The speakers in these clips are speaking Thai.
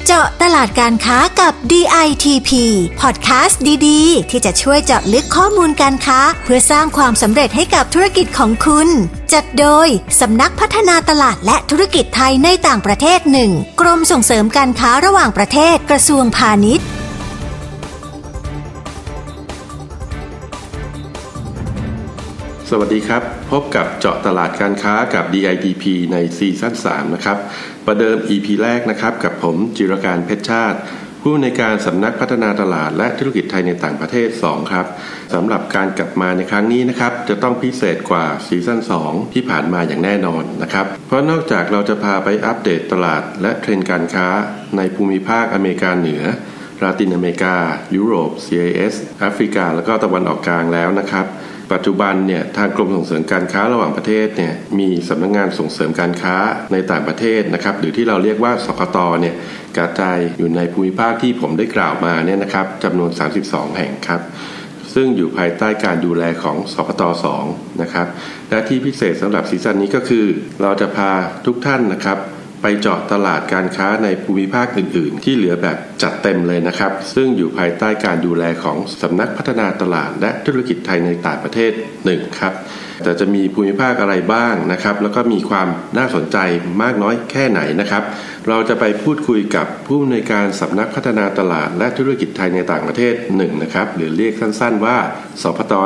เจาะตลาดการค้ากับ DITP พอดแคสต์ดีๆที่จะช่วยเจาะลึกข้อมูลการค้าเพื่อสร้างความสำเร็จให้กับธุรกิจของคุณจัดโดยสำนักพัฒนาตลาดและธุรกิจไทยในต่างประเทศ1กรมส่งเสริมการค้าระหว่างประเทศกระทรวงพาณิชย์สวัสดีครับพบกับเจาะตลาดการค้ากับ DITP ในซีซั่น3นะครับประเดิม EP แรกนะครับกับผมจิรการเพชรชาติผู้อำนวยการสำนักพัฒนาตลาดและธุรกิจไทยในต่างประเทศ2ครับสำหรับการกลับมาในครั้งนี้นะครับจะต้องพิเศษกว่าซีซั่น2ที่ผ่านมาอย่างแน่นอนนะครับเพราะนอกจากเราจะพาไปอัปเดตตลาดและเทรนด์การค้าในภูมิภาคอเมริกาเหนือลาตินอเมริกายุโรป CIS แอฟริกาแล้วก็ตะวันออกกลางแล้วนะครับปัจจุบันเนี่ยทางกรมส่งเสริมการค้าระหว่างประเทศเนี่ยมีสำนักงานส่งเสริมการค้าในต่างประเทศนะครับหรือที่เราเรียกว่าสคต.เนี่ยกระจายอยู่ในภูมิภาคที่ผมได้กล่าวมาเนี่ยนะครับจำนวน32แห่งครับซึ่งอยู่ภายใต้การดูแลของสคต.2นะครับและที่พิเศษสำหรับซีซั่นนี้ก็คือเราจะพาทุกท่านนะครับไปเจาะตลาดการค้าในภูมิภาคอื่นๆที่เหลือแบบจัดเต็มเลยนะครับซึ่งอยู่ภายใต้การดูแลของสำนักพัฒนาตลาดและธุรกิจไทยในต่างประเทศ1ครับแต่จะมีภูมิภาคอะไรบ้างนะครับแล้วก็มีความน่าสนใจมากน้อยแค่ไหนนะครับเราจะไปพูดคุยกับผู้อำนวยการสำนักพัฒนาตลาดและธุรกิจไทยในต่างประเทศ1นะครับหรือเรียกสั้นๆว่าสพต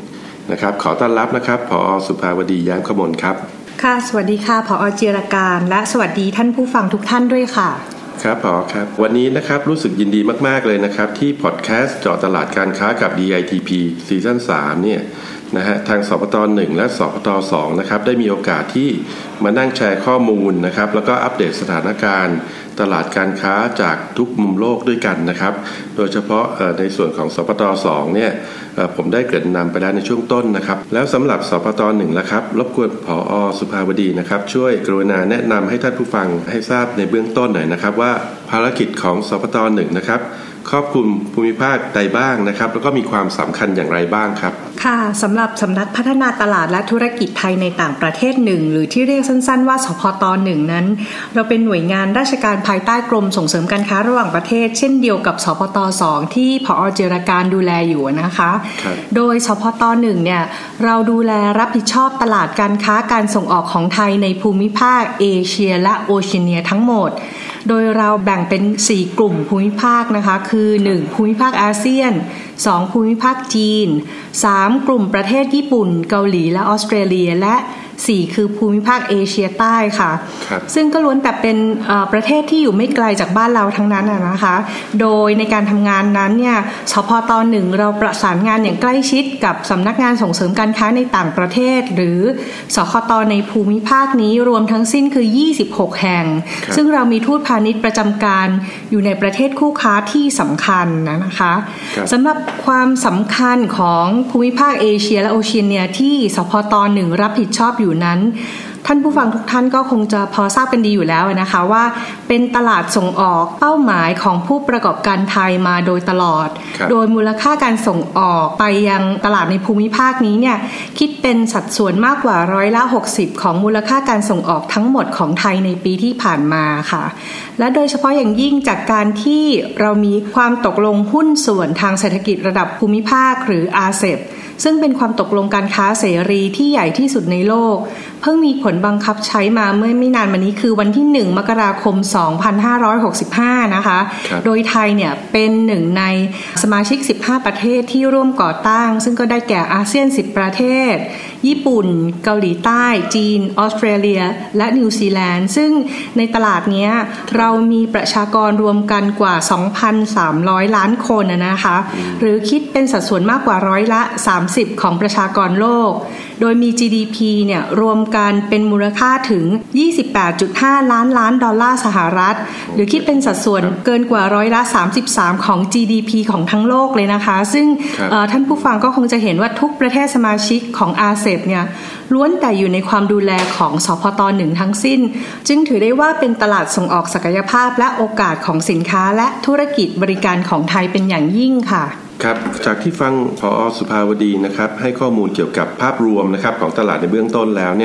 1นะครับขอต้อนรับนะครับผอ.สุภาวดีแย้มกมลครับค่ะสวัสดีค่ะผอ.จิรการและสวัสดีท่านผู้ฟังทุกท่านด้วยค่ะครับผอ.ครับวันนี้นะครับรู้สึกยินดีมากๆเลยนะครับที่พอดแคสต์เจาะตลาดการค้ากับ DITP ซีซั่น3เนี่ยนะฮะทางสพต1และสพต2นะครับได้มีโอกาสที่มานั่งแชร์ข้อมูลนะครับแล้วก็อัปเดตสถานการณ์ตลาดการค้าจากทุกมุมโลกด้วยกันนะครับโดยเฉพาะในส่วนของสพต2เนี่ยผมได้เกริ่นนำไปแล้วในช่วงต้นนะครับแล้วสำหรับสพต1ละครับรบกวนผอ.สุภาวดีนะครับช่วยกรุณาแนะนำให้ท่านผู้ฟังให้ทราบในเบื้องต้นหน่อยนะครับว่าภารกิจของสพต1นะครับครอบคลุมภูมิภาคใดบ้างนะครับแล้วก็มีความสำคัญอย่างไรบ้างครับค่ะสำหรับสำนักพัฒนาตลาดและธุรกิจไทยในต่างประเทศ1หรือที่เรียกสั้นๆว่าสพต1นั้นเราเป็นหน่วยงานราชการภายใต้กรมส่งเสริมการค้าระหว่างประเทศเช่นเดียวกับสพต2ที่ผอ.จิรการดูแลอยู่นะคะโดยสพต1เนี่ยเราดูแลรับผิดชอบตลาดการค้าการส่งออกของไทยในภูมิภาคเอเชียและโอเชียเนียทั้งหมดโดยเราแบ่งเป็น4กลุ่มภูมิภาคนะคะคือ1ภูมิภาคอาเซียน2ภูมิภาคจีน3กลุ่มประเทศญี่ปุ่นเกาหลีและออสเตรเลียและ4คือภูมิภาคเอเชียใต้ค่ะซึ่งก็ล้วนแต่เป็นประเทศที่อยู่ไม่ไกลจากบ้านเราทั้งนั้นนะคะโดยในการทำงานนั้นเนี่ยสพต1เราประสานงานอย่างใกล้ชิดกับสำนักงานส่งเสริมการค้าในต่างประเทศหรือสคตในภูมิภาคนี้รวมทั้งสิ้นคือ26แห่งซึ่งเรามีทูตพาณิชย์ประจำการอยู่ในประเทศคู่ค้าที่สำคัญนะคะสำหรับความสำคัญของภูมิภาคเอเชียและโอเชียเนียที่สพต1รับผิดชอบอยู่นั้นท่านผู้ฟังทุกท่านก็คงจะพอทราบกันดีอยู่แล้วนะคะว่าเป็นตลาดส่งออกเป้าหมายของผู้ประกอบการไทยมาโดยตลอดโดยมูลค่าการส่งออกไปยังตลาดในภูมิภาคนี้เนี่ยคิดเป็นสัดส่วนมากกว่า60%ของมูลค่าการส่งออกทั้งหมดของไทยในปีที่ผ่านมาค่ะและโดยเฉพาะอย่างยิ่งจากการที่เรามีความตกลงหุ้นส่วนทางเศรษฐกิจระดับภูมิภาคหรือ RCEP ซึ่งเป็นความตกลงการค้าเสรีที่ใหญ่ที่สุดในโลกเพิ่งมีผลบังคับใช้มาเมื่อไม่นานมานี้คือวันที่1มกราคม2565นะคะโดยไทยเนี่ยเป็นหนึ่งในสมาชิก15ประเทศที่ร่วมก่อตั้งซึ่งก็ได้แก่อาเซียน10ประเทศญี่ปุ่นเกาหลีใต้จีนออสเตรเลียและนิวซีแลนด์ซึ่งในตลาดนี้เรามีประชากรรวมกันกว่า 2,300 ล้านคนนะคะหรือคิดเป็นสัดส่วนมากกว่า30%ของประชากรโลกโดยมี GDP เนี่ยรวมกันเป็นมูลค่าถึง 28.5 ล้านดอลลาร์สหรัฐหรือคิดเป็นสัดส่วนเกินกว่า33%ของ GDP ของทั้งโลกเลยนะคะซึ่งท่านผู้ฟังก็คงจะเห็นว่าทุกประเทศสมาชิกของ RCEP เนี่ยล้วนแต่อยู่ในความดูแลของสพต1ทั้งสิ้นจึงถือได้ว่าเป็นตลาดส่งออกศักยภาพและโอกาสของสินค้าและธุรกิจบริการของไทยเป็นอย่างยิ่งค่ะครับจากที่ฟังผอ.สุภาวดีนะครับให้ข้อมูลเกี่ยวกับภาพรวมนะครับของตลาดในเบื้องต้นแล้วเนี่ยผ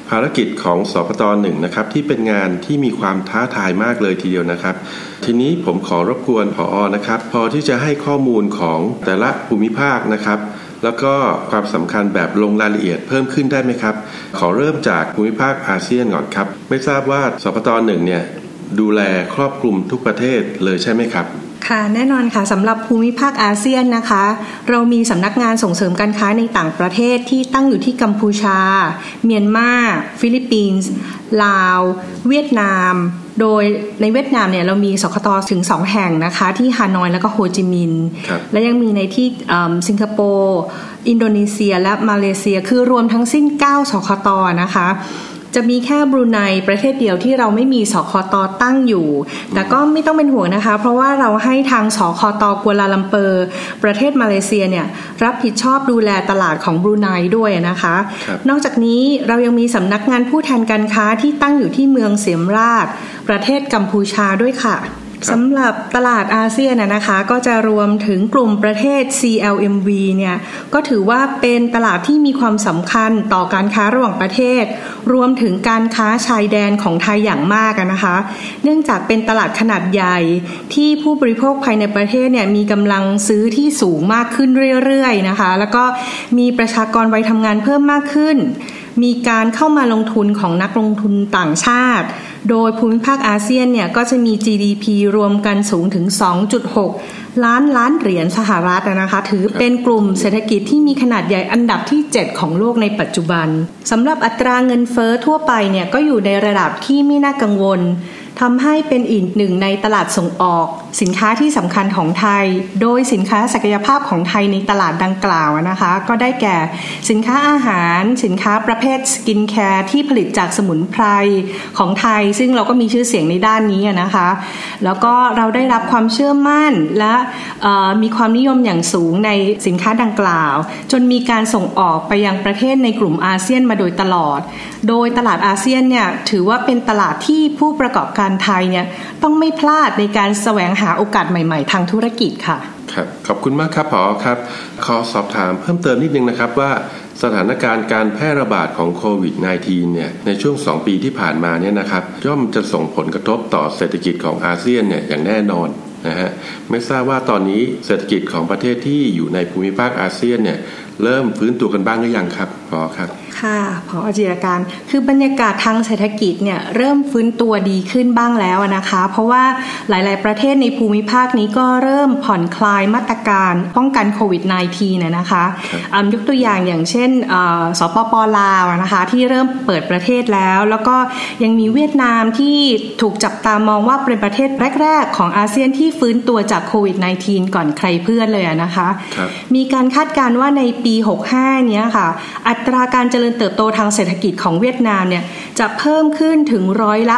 ภารกิจของสพต.1 นะครับที่เป็นงานที่มีความท้าทายมากเลยทีเดียวนะครับทีนี้ผมขอรบกวนผอ.นะครับพอที่จะให้ข้อมูลของแต่ละภูมิภาคนะครับแล้วก็ความสำคัญแบบลงรายละเอียดเพิ่มขึ้นได้ไหมครับขอเริ่มจากภูมิภาคอาเซียนก่อนครับไม่ทราบว่าสพต.1 เนี่ยดูแลครอบคลุมทุกประเทศเลยใช่ไหมครับค่ะแน่นอนค่ะสำหรับภูมิภาคอาเซียนนะคะเรามีสำนักงานส่งเสริมการค้าในต่างประเทศที่ตั้งอยู่ที่กัมพูชาเมียนมาฟิลิปปินส์ลาวเวียดนามโดยในเวียดนามเนี่ยเรามีสคต.ถึง2แห่งนะคะที่ฮานอยและก็โฮจิมินห์และยังมีในที่สิงคโปร์อินโดนีเซียและมาเลเซียคือรวมทั้งสิ้น9สคต.นะคะจะมีแค่บรูไนประเทศเดียวที่เราไม่มีสคต.ตั้งอยู่แต่ก็ไม่ต้องเป็นห่วงนะคะเพราะว่าเราให้ทางสคต.กัวลาลัมเปอร์ประเทศมาเลเซียเนี่ยรับผิดชอบดูแลตลาดของบรูไนด้วยนะคะนอกจากนี้เรายังมีสำนักงานผู้แทนการค้าที่ตั้งอยู่ที่เมืองเสียมราชประเทศกัมพูชาด้วยค่ะสำหรับตลาดอาเซียนนะคะก็จะรวมถึงกลุ่มประเทศ CLMV เนี่ยก็ถือว่าเป็นตลาดที่มีความสำคัญต่อการค้าระหว่างประเทศรวมถึงการค้าชายแดนของไทยอย่างมากนะคะเนื่องจากเป็นตลาดขนาดใหญ่ที่ผู้บริโภคภายในประเทศเนี่ยมีกำลังซื้อที่สูงมากขึ้นเรื่อยๆนะคะแล้วก็มีประชากรวัยทำงานเพิ่มมากขึ้นมีการเข้ามาลงทุนของนักลงทุนต่างชาติโดยภูมิภาคอาเซียนเนี่ยก็จะมี GDP รวมกันสูงถึง 2.6 ล้านเหรียญสหรัฐนะคะถือเป็นกลุ่มเศรษฐกิจที่มีขนาดใหญ่อันดับที่7ของโลกในปัจจุบันสำหรับอัตราเงินเฟ้อทั่วไปเนี่ยก็อยู่ในระดับที่ไม่น่ากังวลทำให้เป็นอีกหนึ่งในตลาดส่งออกสินค้าที่สำคัญของไทยโดยสินค้าศักยภาพของไทยในตลาดดังกล่าวนะคะก็ได้แก่สินค้าอาหารสินค้าประเภทสกินแคร์ที่ผลิตจากสมุนไพรของไทยซึ่งเราก็มีชื่อเสียงในด้านนี้นะคะแล้วก็เราได้รับความเชื่อมั่นและมีความนิยมอย่างสูงในสินค้าดังกล่าวจนมีการส่งออกไปยังประเทศในกลุ่มอาเซียนมาโดยตลอดโดยตลาดอาเซียนเนี่ยถือว่าเป็นตลาดที่ผู้ประกอบการไทยเนี่ยต้องไม่พลาดในการแสวงหาโอกาสใหม่ๆทางธุรกิจค่ะครับขอบคุณมากครับผอ.ครับขอสอบถามเพิ่มเติมนิดนึงนะครับว่าสถานการณ์การแพร่ระบาดของโควิด -19 เนี่ยในช่วง2ปีที่ผ่านมาเนี่ยนะครับย่อมจะส่งผลกระทบต่อเศรษฐกิจของอาเซียนเนี่ยอย่างแน่นอนนะฮะไม่ทราบว่าตอนนี้เศรษฐกิจของประเทศที่อยู่ในภูมิภาคอาเซียนเนี่ยเริ่มฟื้นตัวกันบ้างหรือยังครับผอ.ครับค่ะผอ.จิรการคือบรรยากาศทางเศรษฐกิจเนี่ยเริ่มฟื้นตัวดีขึ้นบ้างแล้วนะคะเพราะว่าหลายๆประเทศในภูมิภาคนี้ก็เริ่มผ่อนคลายมาตรการป้องกันโควิด -19 นะคะยกตัวอย่างเช่นสปป.ลาวนะคะที่เริ่มเปิดประเทศแล้วก็ยังมีเวียดนามที่ถูกจับตามองว่าเป็นประเทศแรกๆของอาเซียนที่ฟื้นตัวจากโควิด -19 ก่อนใครเพื่อนเลยนะคะมีการคาดการณ์ว่าในปี65เนี้ยค่ะอัตราการเจริญเติบโตทางเศรษฐกิจของเวียดนามเนี่ยจะเพิ่มขึ้นถึง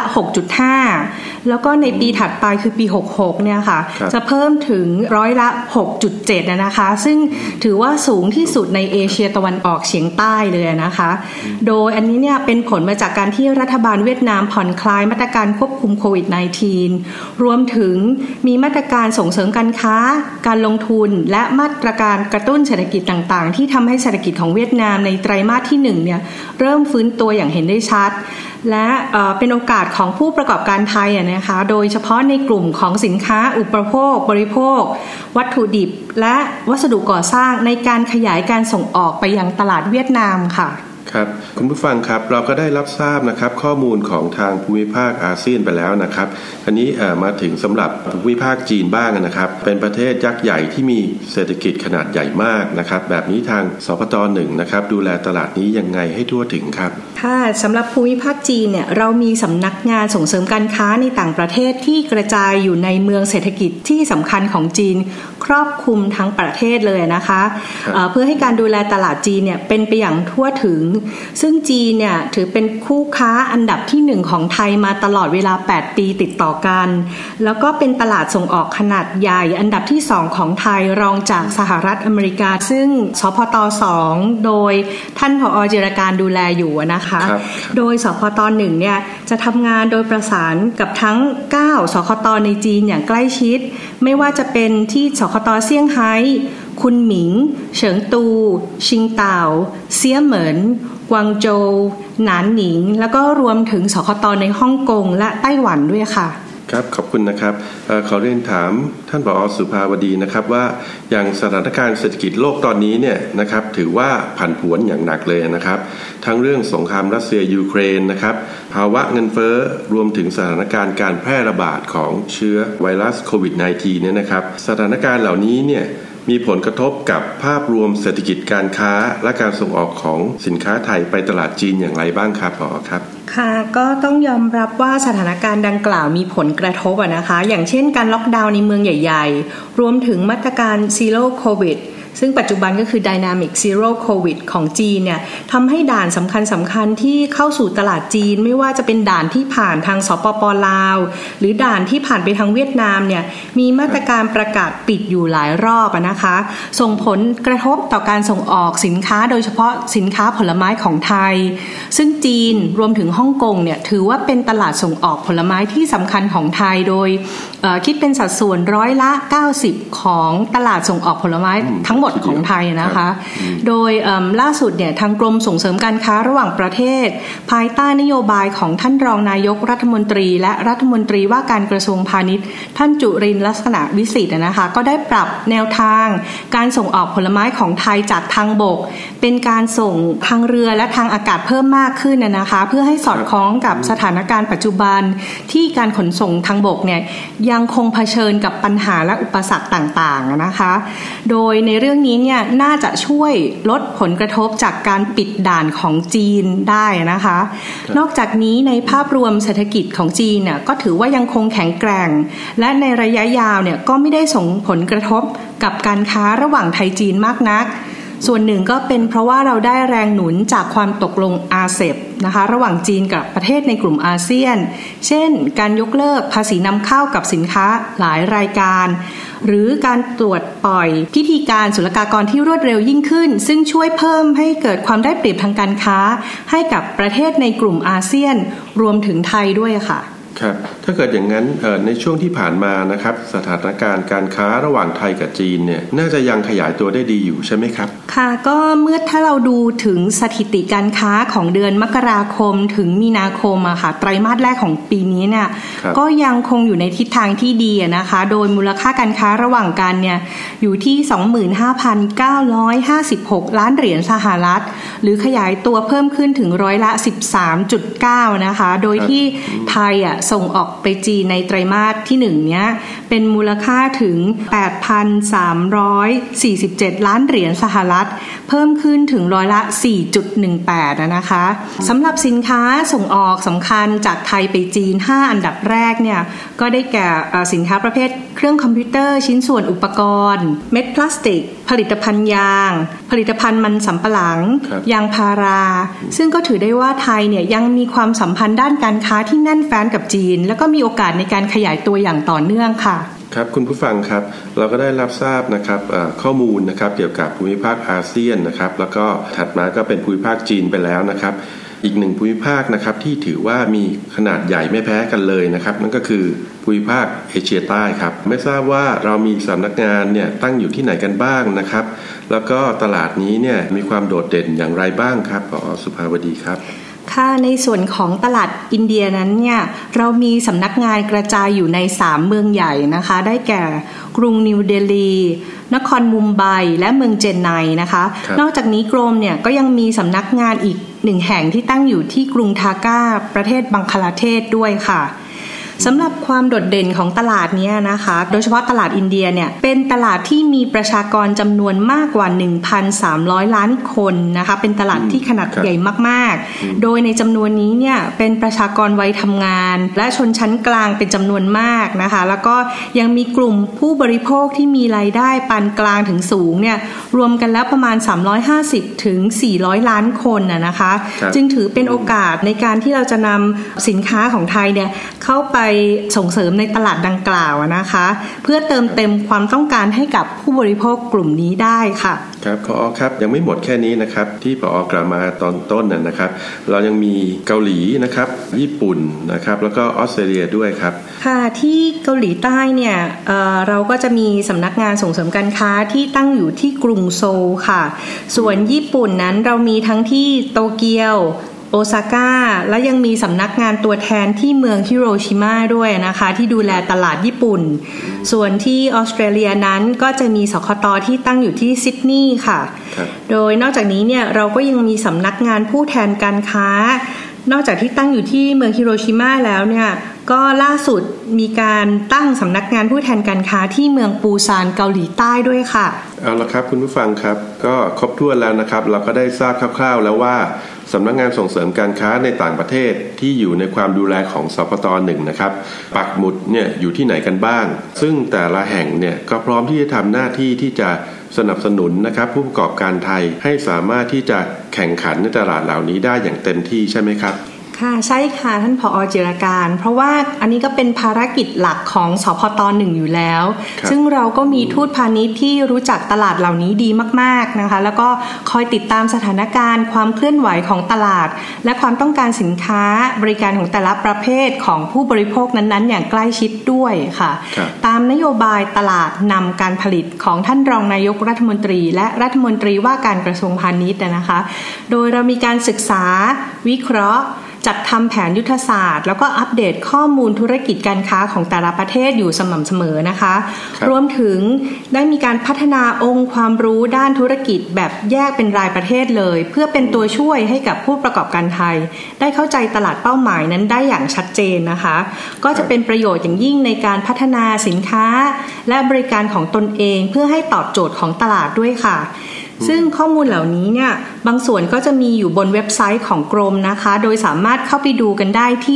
6.5%แล้วก็ในปีถัดไปคือปี66เนี่ยค่ะจะเพิ่มถึง6.7%นะคะซึ่งถือว่าสูงที่สุดในเอเชียตะวันออกเฉียงใต้เลยนะคะโดยอันนี้เนี่ยเป็นผลมาจากการที่รัฐบาลเวียดนามผ่อนคลายมาตรการควบคุมโควิด -19 รวมถึงมีมาตรการส่งเสริมการค้าการลงทุนและมาตรการกระตุ้นเศรษฐกิจต่างๆที่ทำให้เศรษฐกิจของเวียดนามในไตรมาสที่1เนี่ยเริ่มฟื้นตัวอย่างเห็นได้ชัดและเป็นโอกาสของผู้ประกอบการไทยนะคะโดยเฉพาะในกลุ่มของสินค้าอุปโภคบริโภควัตถุดิบและวัสดุก่อสร้างในการขยายการส่งออกไปยังตลาดเวียดนามค่ะครับคุณผู้ฟังครับเราก็ได้รับทราบนะครับข้อมูลของทางภูมิภาคอาเซียนไปแล้วนะครับอันนี้มาถึงสำหรับภูมิภาคจีนบ้างนะครับเป็นประเทศยักษ์ใหญ่ที่มีเศรษฐกิจขนาดใหญ่มากนะครับแบบนี้ทางสพต.1นะครับดูแลตลาดนี้ยังไงให้ทั่วถึงครับค่ะสำหรับภูมิภาคจีนเนี่ยเรามีสำนักงานส่งเสริมการค้าในต่างประเทศที่กระจายอยู่ในเมืองเศรษฐกิจที่สำคัญของจีนครอบคลุมทั้งประเทศเลยนะคะเพื่อให้การดูแลตลาดจีนเนี่ยเป็นไปอย่างทั่วถึงซึ่งจีนเนี่ยถือเป็นคู่ค้าอันดับที่1ของไทยมาตลอดเวลา8ปีติดต่อกันแล้วก็เป็นตลาดส่งออกขนาดใหญ่อันดับที่2ของไทยรองจากสหรัฐอเมริกาซึ่งสพต.2โดยท่านผอ.จิรการดูแลอยู่นะคะโดยสพต.1เนี่ยจะทำงานโดยประสานกับทั้ง9สคต.ในจีนอย่างใกล้ชิดไม่ว่าจะเป็นที่สคต.เซี่ยงไฮ้คุนหมิงเฉิงตูชิงเต่าเซี่ยเหมินกวางโจวหนานหนิงแล้วก็รวมถึงสคต.ในฮ่องกงและไต้หวันด้วยค่ะครับขอบคุณนะครับขอเรียนถามท่านผอ.สุภาวดีนะครับว่าอย่างสถานการณ์เศรษฐกิจโลกตอนนี้เนี่ยนะครับถือว่าผันผวนอย่างหนักเลยนะครับทั้งเรื่องสงครามรัสเซียยูเครนนะครับภาวะเงินเฟ้อรวมถึงสถานการณ์การแพร่ระบาดของเชื้อไวรัสโควิด -19 เนี่ยนะครับสถานการณ์เหล่านี้เนี่ยมีผลกระทบกับภาพรวมเศรษฐกิจการค้าและการส่งออกของสินค้าไทยไปตลาดจีนอย่างไรบ้างครับผอ.ครับค่ะก็ต้องยอมรับว่าสถานการณ์ดังกล่าวมีผลกระทบนะคะอย่างเช่นการล็อกดาวน์ในเมืองใหญ่ๆรวมถึงมาตรการ Zero COVID ซึ่งปัจจุบันก็คือ Dynamic Zero COVID ของจีนเนี่ยทำให้ด่านสำคัญที่เข้าสู่ตลาดจีนไม่ว่าจะเป็นด่านที่ผ่านทางสปป.ลาวหรือด่านที่ผ่านไปทางเวียดนามเนี่ยมีมาตรการประกาศปิดอยู่หลายรอบนะคะส่งผลกระทบต่อการส่งออกสินค้าโดยเฉพาะสินค้าผลไม้ของไทยซึ่งจีนรวมถึงฮ่องกงเนี่ยถือว่าเป็นตลาดส่งออกผลไม้ที่สำคัญของไทยโดยคิดเป็นสัดส่วน90%ของตลาดส่งออกผลไม้ทั้งหมดของไทยนะคะโดยล่าสุดเนี่ยทางกรมส่งเสริมการค้าระหว่างประเทศภายใต้นโยบายของท่านรองนายกรัฐมนตรีและรัฐมนตรีว่าการกระทรวงพาณิชย์ท่านจุรินทร์ลักษณะวิสิทธิ์นะคะก็ได้ปรับแนวทางการส่งออกผลไม้ของไทยจากทางบกเป็นการส่งทางเรือและทางอากาศเพิ่มมากขึ้นนะคะเพื่อให้สอดคล้องกับสถานการณ์ปัจจุบันที่การขนส่งทางบกเนี่ยยังคงเผชิญกับปัญหาและอุปสรรคต่างๆนะคะโดยในเรื่องนี้เนี่ยน่าจะช่วยลดผลกระทบจากการปิดด่านของจีนได้นะคะนอกจากนี้ในภาพรวมเศรษฐกิจของจีนเนี่ยก็ถือว่ายังคงแข็งแกร่งและในระยะยาวเนี่ยก็ไม่ได้ส่งผลกระทบกับการค้าระหว่างไทยจีนมากนักส่วนหนึ่งก็เป็นเพราะว่าเราได้แรงหนุนจากความตกลงอาเซปนะคะระหว่างจีนกับประเทศในกลุ่มอาเซียนเช่นการยกเลิกภาษีนำเข้ากับสินค้าหลายรายการหรือการตรวจปล่อยพิธีการศุลกากรที่รวดเร็วยิ่งขึ้นซึ่งช่วยเพิ่มให้เกิดความได้เปรียบทางการค้าให้กับประเทศในกลุ่มอาเซียนรวมถึงไทยด้วยค่ะครับถ้าเกิดอย่างนั้นในช่วงที่ผ่านมานะครับสถานการณ์การค้าระหว่างไทยกับจีนเนี่ยน่าจะยังขยายตัวได้ดีอยู่ใช่ไหมครับค่ะก็เมื่อถ้าเราดูถึงสถิติการค้าของเดือนมกราคมถึงมีนาคมอะค่ะไตรมาสแรกของปีนี้เนี่ยก็ยังคงอยู่ในทิศทางที่ดีนะคะโดยมูลค่าการค้าระหว่างกันเนี่ยอยู่ที่ 25,956 ล้านเหรียญสหรัฐหรือขยายตัวเพิ่มขึ้นถึงร้อยละ 13.9 นะคะโดยที่ไทยอะส่งออกไปจีนในไตรมาสที่1เนี้ยเป็นมูลค่าถึง 8,347 ล้านเหรียญสหรัฐเพิ่มขึ้นถึงร้อยละ 4.18 นะคะสำหรับสินค้าส่งออกสำคัญจากไทยไปจีน5อันดับแรกเนี่ยก็ได้แก่สินค้าประเภทเครื่องคอมพิวเตอร์ชิ้นส่วนอุปกรณ์เม็ดพลาสติกผลิตภัณฑ์ยางผลิตภัณฑ์มันสำปะหลังยางพาราซึ่งก็ถือได้ว่าไทยเนี่ยยังมีความสัมพันธ์ด้านการค้าที่แน่นแฟ้นกับจีนแล้วก็มีโอกาสในการขยายตัวอย่างต่อเนื่องค่ะครับคุณผู้ฟังครับเราก็ได้รับทราบนะครับข้อมูลนะครับเกี่ยวกับภูมิภาคอาเซียนนะครับแล้วก็ถัดมาก็เป็นภูมิภาคจีนไปแล้วนะครับอีกหนึ่งภูมิภาคนะครับที่ถือว่ามีขนาดใหญ่ไม่แพ้กันเลยนะครับนั่นก็คือภูมิภาคเอเชียใต้ครับไม่ทราบว่าเรามีสำนักงานเนี่ยตั้งอยู่ที่ไหนกันบ้างนะครับแล้วก็ตลาดนี้เนี่ยมีความโดดเด่นอย่างไรบ้างครับผอ.สุภาวดีครับค่ะในส่วนของตลาดอินเดียนั้นเนี่ยเรามีสำนักงานกระจายอยู่ใน3เมืองใหญ่นะคะได้แก่กรุงนิวเดลีนครมุมไบและเมืองเจนไนนะคะนอกจากนี้กรมเนี่ยก็ยังมีสำนักงานอีก1แห่งที่ตั้งอยู่ที่กรุงทาก้าประเทศบังคลาเทศด้วยค่ะสำหรับความโดดเด่นของตลาดนี้นะคะโดยเฉพาะตลาดอินเดียเนี่ยเป็นตลาดที่มีประชากรจำนวนมากกว่า 1,300 ล้านคนนะคะเป็นตลาดที่ขนาดใหญ่มากๆโดยในจำนวนนี้เนี่ยเป็นประชากรวัยทำงานและชนชั้นกลางเป็นจำนวนมากนะคะแล้วก็ยังมีกลุ่มผู้บริโภคที่มีรายได้ปานกลางถึงสูงเนี่ยรวมกันแล้วประมาณ350ถึง400ล้านคนนะคะจึงถือเป็นโอกาสในการที่เราจะนำสินค้าของไทยเนี่ยเข้าไปส่งเสริมในตลาดดังกล่าวนะคะเพื่อเติมเต็มความต้องการให้กับผู้บริโภคกลุ่มนี้ได้ค่ะครับผอ.ครับยังไม่หมดแค่นี้นะครับที่ผอ.กล่าวมาตอนต้นนะครับเรายังมีเกาหลีนะครับญี่ปุ่นนะครับแล้วก็ออสเตรเลียด้วยครับค่ะที่เกาหลีใต้เนี่ยเราก็จะมีสำนักงานส่งเสริมการค้าที่ตั้งอยู่ที่กรุงโซลค่ะส่วนญี่ปุ่นนั้นเรามีทั้งที่โตเกียวโอซาก้าและยังมีสำนักงานตัวแทนที่เมืองฮิโรชิมาด้วยนะคะที่ดูแลตลาดญี่ปุ่นส่วนที่ออสเตรเลียนั้นก็จะมีสคต.ที่ตั้งอยู่ที่ซิดนีย์ค่ะโดยนอกจากนี้เนี่ยเราก็ยังมีสำนักงานผู้แทนการค้านอกจากที่ตั้งอยู่ที่เมืองฮิโรชิมาแล้วเนี่ยก็ล่าสุดมีการตั้งสำนักงานผู้แทนการค้าที่เมืองปูซานเกาหลีใต้ด้วยค่ะเอาละครับคุณผู้ฟังครับก็ครบถ้วนแล้วนะครับเราก็ได้ทราบคร่าวๆแล้วว่าสำนักงานส่งเสริมการค้าในต่างประเทศที่อยู่ในความดูแลของสปต.1นะครับปักหมุดเนี่ยอยู่ที่ไหนกันบ้างซึ่งแต่ละแห่งเนี่ยก็พร้อมที่จะทำหน้าที่ที่จะสนับสนุนนะครับผู้ประกอบการไทยให้สามารถที่จะแข่งขันในตลาดเหล่านี้ได้อย่างเต็มที่ใช่ไหมครับค่ะใช่ค่ะท่านผอ.จิรการเพราะว่าอันนี้ก็เป็นภารกิจหลักของสพต.1อยู่แล้วซึ่งเราก็มีทูตพาณิชย์ที่รู้จักตลาดเหล่านี้ดีมากๆนะคะแล้วก็คอยติดตามสถานการณ์ความเคลื่อนไหวของตลาดและความต้องการสินค้าบริการของแต่ละประเภทของผู้บริโภคนั้นๆอย่างใกล้ชิดด้วยค่ะตามนโยบายตลาดนำการผลิตของท่านรองนายกรัฐมนตรีและรัฐมนตรีว่าการกระทรวงพาณิชย์นะคะโดยเรามีการศึกษาวิเคราะห์จัดทำแผนยุทธศาสตร์แล้วก็อัปเดตข้อมูลธุรกิจการค้าของแต่ละประเทศอยู่สม่ำเสมอนะคะรวมถึงได้มีการพัฒนาองค์ความรู้ด้านธุรกิจแบบแยกเป็นรายประเทศเลยเพื่อเป็นตัวช่วยให้กับผู้ประกอบการไทยได้เข้าใจตลาดเป้าหมายนั้นได้อย่างชัดเจนนะคะก็จะเป็นประโยชน์อย่างยิ่งในการพัฒนาสินค้าและบริการของตนเองเพื่อให้ตอบโจทย์ของตลาดด้วยค่ะซึ่งข้อมูลเหล่านี้เนี่ยบางส่วนก็จะมีอยู่บนเว็บไซต์ของกรมนะคะโดยสามารถเข้าไปดูกันได้ที่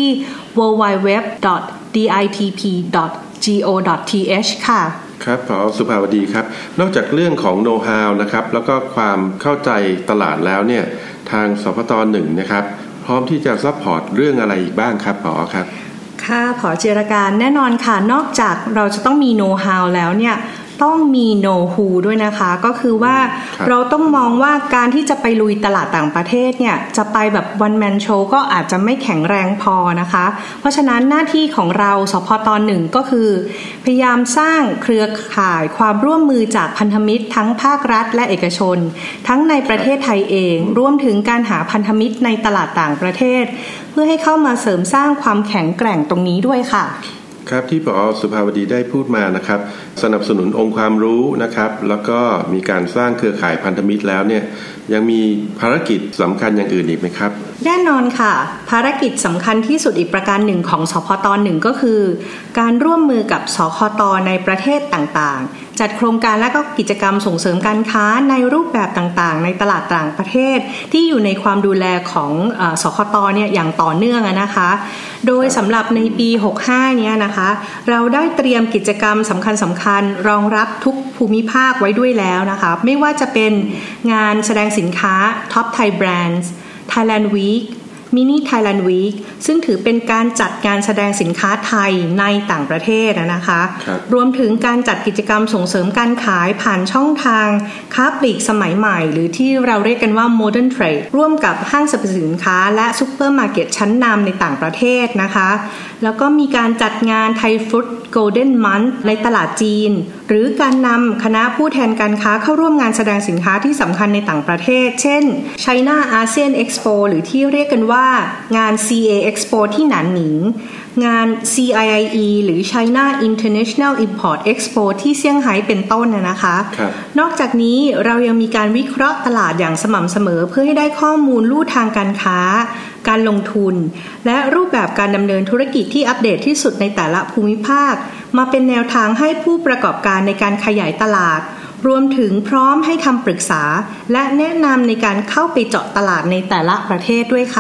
www.ditp.go.th ค่ะครับผอ.สุภาวดีครับนอกจากเรื่องของโน้ตฮาวนะครับแล้วก็ความเข้าใจตลาดแล้วเนี่ยทางสพต.1นะครับพร้อมที่จะซัพพอร์ตเรื่องอะไรอีกบ้างครับผอ.ครับค่ะผอ.จิรการแน่นอนค่ะนอกจากเราจะต้องมีโน้ตฮาวแล้วเนี่ยต้องมีโนฮูด้วยนะคะก็คือว่าเราต้องมองว่าการที่จะไปลุยตลาดต่างประเทศเนี่ยจะไปแบบวันแมนโชว์ก็อาจจะไม่แข็งแรงพอนะคะเพราะฉะนั้นหน้าที่ของเราสพต.1ก็คือพยายามสร้างเครือข่ายความร่วมมือจากพันธมิตรทั้งภาครัฐและเอกชนทั้งในประเทศไทยเองรวมถึงการหาพันธมิตรในตลาดต่างประเทศเพื่อให้เข้ามาเสริมสร้างความแข็งแกร่งตรงนี้ด้วยค่ะครับที่ผอ.สุภาวดีได้พูดมานะครับสนับสนุนองค์ความรู้นะครับแล้วก็มีการสร้างเครือข่ายพันธมิตรแล้วเนี่ยยังมีภารกิจสำคัญอย่างอื่นอีกไหมครับแน่นอนค่ะภารกิจสำคัญที่สุดอีกประการหนึ่งของสพต.1ก็คือการร่วมมือกับสคต.ในประเทศต่างๆจัดโครงการและก็กิจกรรมส่งเสริมการค้าในรูปแบบต่างๆในตลาดต่างประเทศที่อยู่ในความดูแลของสคต.เนี่ยอย่างต่อเนื่องนะคะโดยสำหรับในปี65เนี่ยนะคะเราได้เตรียมกิจกรรมสำคัญรองรับทุกภูมิภาคไว้ด้วยแล้วนะคะไม่ว่าจะเป็นงานแสดงสินค้า Top Thai Brands Thailand Week Mini Thailand Week ซึ่งถือเป็นการจัดงานแสดงสินค้าไทยในต่างประเทศนะคะรวมถึงการจัดกิจกรรมส่งเสริมการขายผ่านช่องทางค้าปลีกสมัยใหม่หรือที่เราเรียกกันว่า Modern Trade ร่วมกับห้างสรรพสินค้าและซุปเปอร์มาร์เก็ตชั้นนำในต่างประเทศนะคะแล้วก็มีการจัดงาน Thai Food Golden Month ในตลาดจีนหรือการนำคณะผู้แทนการค้าเข้าร่วมงานแสดงสินค้าที่สำคัญในต่างประเทศเช่น China ASEAN Expo หรือที่เรียกกันว่างาน CA Expo ที่หนานหนิงงาน CIIE หรือ China International Import Expo ที่เซี่ยงไฮ้เป็นต้นนะคะนอกจากนี้เรายังมีการวิเคราะห์ตลาดอย่างสม่ำเสมอเพื่อให้ได้ข้อมูลลู่ทางการค้าการลงทุนและรูปแบบการดำเนินธุรกิจที่อัปเดตที่สุดในแต่ละภูมิภาคมาเป็นแนวทางให้ผู้ประกอบการในการขยายตลาดรวมถึงพร้อมให้คำปรึกษาและแนะนำในการเข้าไปเจาะตลาดในแต่ละประเทศด้วยค่ะ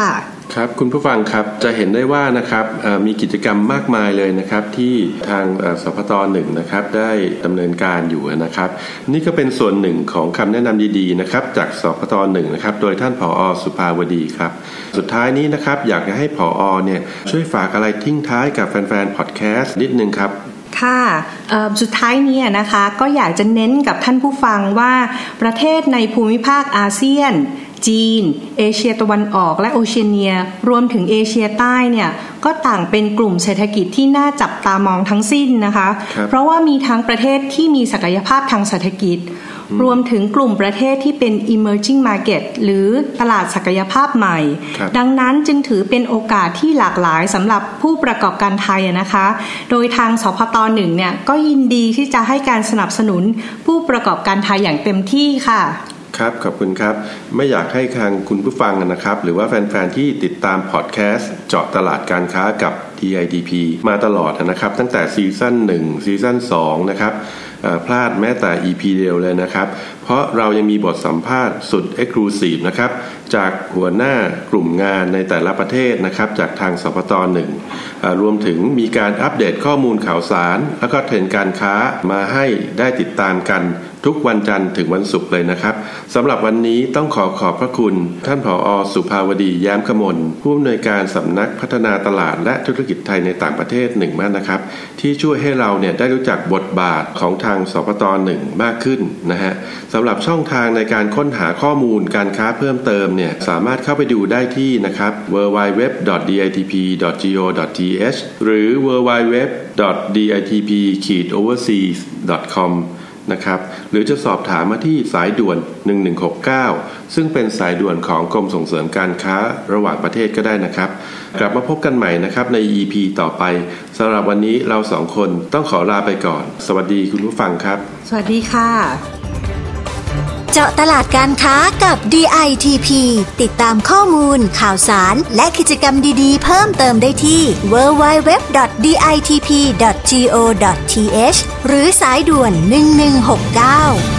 ครับคุณผู้ฟังครับจะเห็นได้ว่านะครับมีกิจกรรมมากมายเลยนะครับที่ทางสพต.1นะครับได้ดำเนินการอยู่นะครับนี่ก็เป็นส่วนหนึ่งของคำแนะนำดีๆนะครับจากสพต.1นะครับโดยท่านผอ.สุภาวดีครับสุดท้ายนี้นะครับอยากจะให้ผอ.เนี่ยช่วยฝากอะไรทิ้งท้ายกับแฟนๆพอดแคสต์นิดนึงครับค่ะสุดท้ายนี้นะคะก็อยากจะเน้นกับท่านผู้ฟังว่าประเทศในภูมิภาคอาเซียนจีนเอเชียตะวันออกและโอเชียเนียรวมถึงเอเชียใต้เนี่ยก็ต่างเป็นกลุ่มเศรษฐกิจที่น่าจับตามองทั้งสิ้นนะคะเพราะว่ามีทั้งประเทศที่มีศักยภาพทางเศรษฐกิจรวมถึงกลุ่มประเทศที่เป็น emerging market หรือตลาดศักยภาพใหม่ดังนั้นจึงถือเป็นโอกาสที่หลากหลายสำหรับผู้ประกอบการไทยนะคะโดยทางสพต.1เนี่ยก็ยินดีที่จะให้การสนับสนุนผู้ประกอบการไทยอย่างเต็มที่ค่ะครับขอบคุณครับไม่อยากให้ทางคุณผู้ฟังนะครับหรือว่าแฟนๆที่ติดตามพอดแคสต์เจาะตลาดการค้ากับ DITP มาตลอดนะครับตั้งแต่ซีซั่น1ซีซั่น2นะครับพลาดแม้แต่ EP เดียวเลยนะครับเพราะเรายังมีบทสัมภาษณ์สุด Exclusive นะครับจากหัวหน้ากลุ่มงานในแต่ละประเทศนะครับจากทางสพต.1รวมถึงมีการอัปเดตข้อมูลข่าวสารแล้วก็เทรนด์การค้ามาให้ได้ติดตามกันทุกวันจันทร์ถึงวันศุกร์เลยนะครับสำหรับวันนี้ต้องขอบพระคุณท่านผอ.สุภาวดีแย้มกมลผู้อำนวยการสำนักพัฒนาตลาดและธุรกิจไทยในต่างประเทศ1มากนะครับที่ช่วยให้เราเนี่ยได้รู้จักบทบาทของทางสพต.1มากขึ้นนะฮะสำหรับช่องทางในการค้นหาข้อมูลการค้าเพิ่มเติมเนี่ยสามารถเข้าไปดูได้ที่นะครับ www.ditp.go.th หรือ www.ditp-overseas.comนะครับหรือจะสอบถามมาที่สายด่วน1169ซึ่งเป็นสายด่วนของกรมส่งเสริมการค้าระหว่างประเทศก็ได้นะครับกลับมาพบกันใหม่นะครับใน EP ต่อไปสำหรับวันนี้เราสองคนต้องขอลาไปก่อนสวัสดีคุณผู้ฟังครับสวัสดีค่ะเจาะตลาดการค้ากับ DITP ติดตามข้อมูลข่าวสารและกิจกรรมดีๆเพิ่มเติมได้ที่ www.ditp.go.th หรือสายด่วน1169